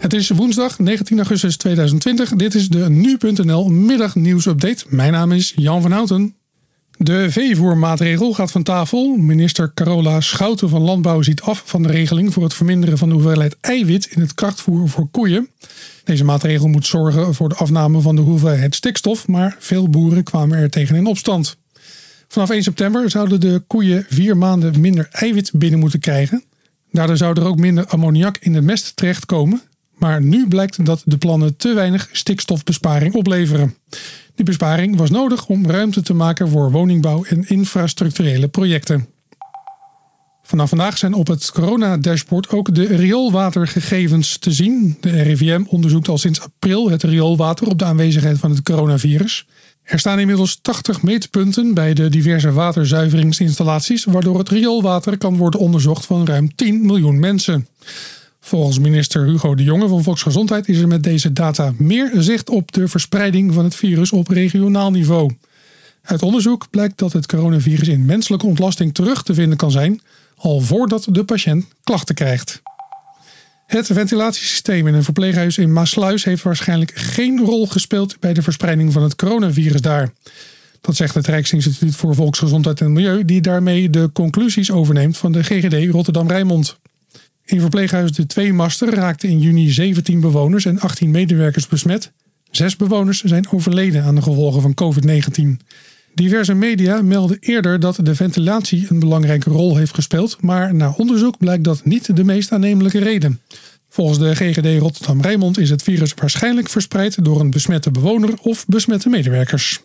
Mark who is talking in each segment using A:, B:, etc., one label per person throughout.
A: Het is woensdag 19 augustus 2020. Dit is de Nu.nl middagnieuwsupdate. Mijn naam is Jan van Houten. De veevoermaatregel gaat van tafel. Minister Carola Schouten van Landbouw ziet af van de regeling voor het verminderen van de hoeveelheid eiwit in het krachtvoer voor koeien. Deze maatregel moet zorgen voor de afname van de hoeveelheid stikstof, maar veel boeren kwamen er tegen in opstand. Vanaf 1 september zouden de koeien 4 maanden minder eiwit binnen moeten krijgen. Daardoor zou er ook minder ammoniak in de mest terechtkomen. Maar nu blijkt dat de plannen te weinig stikstofbesparing opleveren. Die besparing was nodig om ruimte te maken voor woningbouw en infrastructurele projecten. Vanaf vandaag zijn op het corona-dashboard ook de rioolwatergegevens te zien. De RIVM onderzoekt al sinds april het rioolwater op de aanwezigheid van het coronavirus. Er staan inmiddels 80 meetpunten bij de diverse waterzuiveringsinstallaties, waardoor het rioolwater kan worden onderzocht van ruim 10 miljoen mensen. Volgens minister Hugo de Jonge van Volksgezondheid is er met deze data meer zicht op de verspreiding van het virus op regionaal niveau. Uit onderzoek blijkt dat het coronavirus in menselijke ontlasting terug te vinden kan zijn, al voordat de patiënt klachten krijgt. Het ventilatiesysteem in een verpleeghuis in Maassluis heeft waarschijnlijk geen rol gespeeld bij de verspreiding van het coronavirus daar. Dat zegt het Rijksinstituut voor Volksgezondheid en Milieu, die daarmee de conclusies overneemt van de GGD Rotterdam-Rijnmond. In verpleeghuis De Tweemaster raakten in juni 17 bewoners en 18 medewerkers besmet. 6 bewoners zijn overleden aan de gevolgen van COVID-19. Diverse media melden eerder dat de ventilatie een belangrijke rol heeft gespeeld, maar na onderzoek blijkt dat niet de meest aannemelijke reden. Volgens de GGD Rotterdam-Rijnmond is het virus waarschijnlijk verspreid door een besmette bewoner of besmette medewerkers.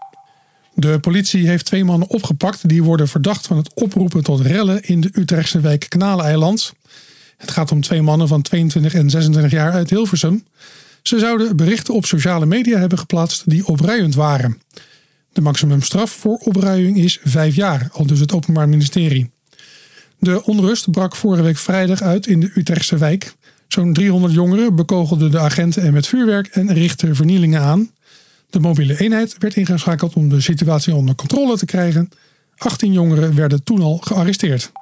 A: De politie heeft 2 mannen opgepakt die worden verdacht van het oproepen tot rellen in de Utrechtse wijk Kanaleiland. Het gaat om 2 mannen van 22 en 26 jaar uit Hilversum. Ze zouden berichten op sociale media hebben geplaatst die opruiend waren. De maximumstraf voor opruiing is 5 jaar, aldus het Openbaar Ministerie. De onrust brak vorige week vrijdag uit in de Utrechtse wijk. Zo'n 300 jongeren bekogelden de agenten met vuurwerk en richtten vernielingen aan. De mobiele eenheid werd ingeschakeld om de situatie onder controle te krijgen. 18 jongeren werden toen al gearresteerd.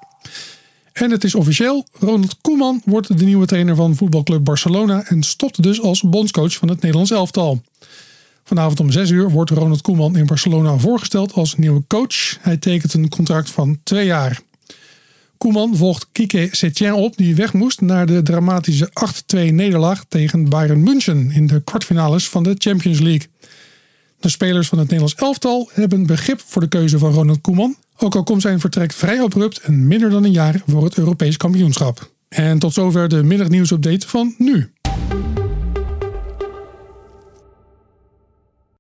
A: En het is officieel, Ronald Koeman wordt de nieuwe trainer van voetbalclub Barcelona en stopt dus als bondscoach van het Nederlands elftal. Vanavond om 6 uur wordt Ronald Koeman in Barcelona voorgesteld als nieuwe coach. Hij tekent een contract van 2 jaar. Koeman volgt Quique Setien op, die weg moest naar de dramatische 8-2 nederlaag tegen Bayern München in de kwartfinales van de Champions League. De spelers van het Nederlands elftal hebben begrip voor de keuze van Ronald Koeman, ook al komt zijn vertrek vrij abrupt en minder dan een jaar voor het Europees kampioenschap. En tot zover de middagnieuwsupdate van nu.